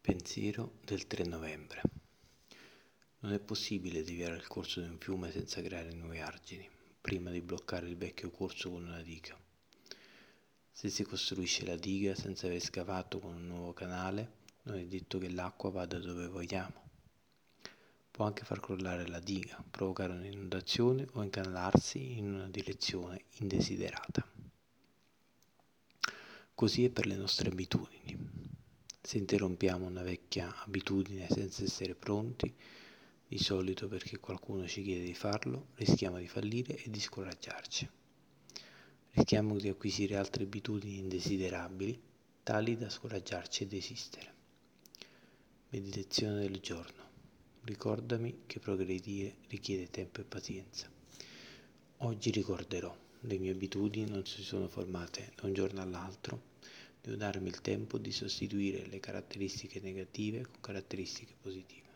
Pensiero del 3 novembre. Non è possibile deviare il corso di un fiume senza creare nuovi argini, prima di bloccare il vecchio corso con una diga. Se si costruisce la diga senza aver scavato con un nuovo canale, non è detto che l'acqua vada dove vogliamo. Può anche far crollare la diga, provocare un'inondazione o incanalarsi in una direzione indesiderata. Così è per le nostre abitudini. Se interrompiamo una vecchia abitudine senza essere pronti, di solito perché qualcuno ci chiede di farlo, rischiamo di fallire e di scoraggiarci. Rischiamo di acquisire altre abitudini indesiderabili, tali da scoraggiarci e desistere. Meditazione del giorno. Ricordami che progredire richiede tempo e pazienza. Oggi ricorderò, le mie abitudini non si sono formate da un giorno all'altro. Devo darmi il tempo di sostituire le caratteristiche negative con caratteristiche positive.